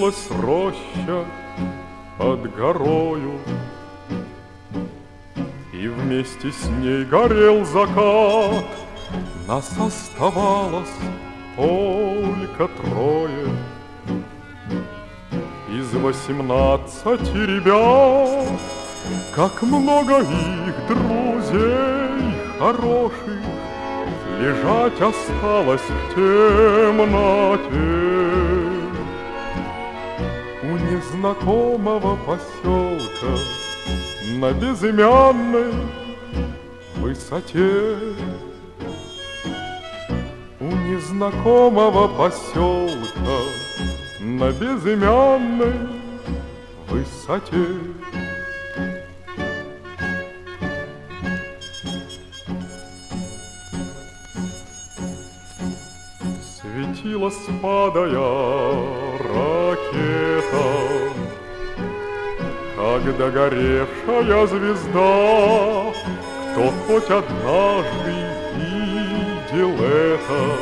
Светилась роща под горою, и вместе с ней горел закат. Нас оставалось только трое из 18 ребят. Как много их друзей хороших лежать осталось в темноте у незнакомого поселка на безымянной высоте. У незнакомого поселка на безымянной высоте. Светилась, падая, ракета, как догоревшая звезда. Кто хоть однажды видел это,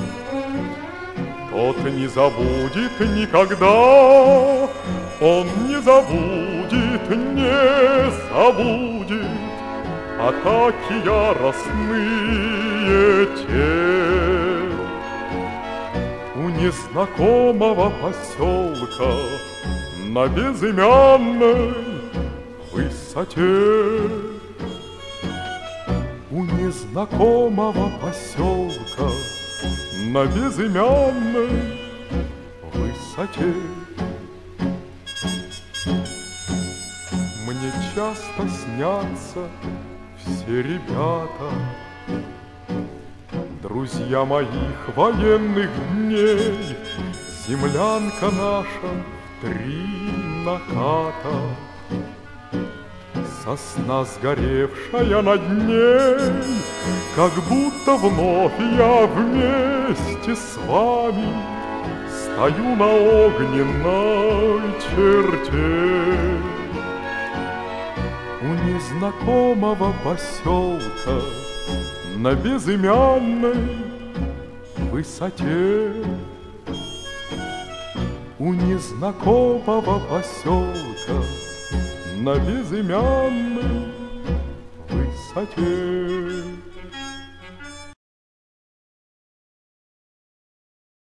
тот не забудет никогда. Он не забудет, не забудет атаки яростные те. У незнакомого поселка на безымянной высоте. У незнакомого поселка на безымянной высоте. Мне часто снятся все ребята, друзья моих военных дней. Землянка наша в 3 наката, сосна сгоревшая над ней. Как будто вновь я вместе с вами стою на огненной черте. У незнакомого поселка на безымянной высоте. У незнакомого поселка на безымянной высоте.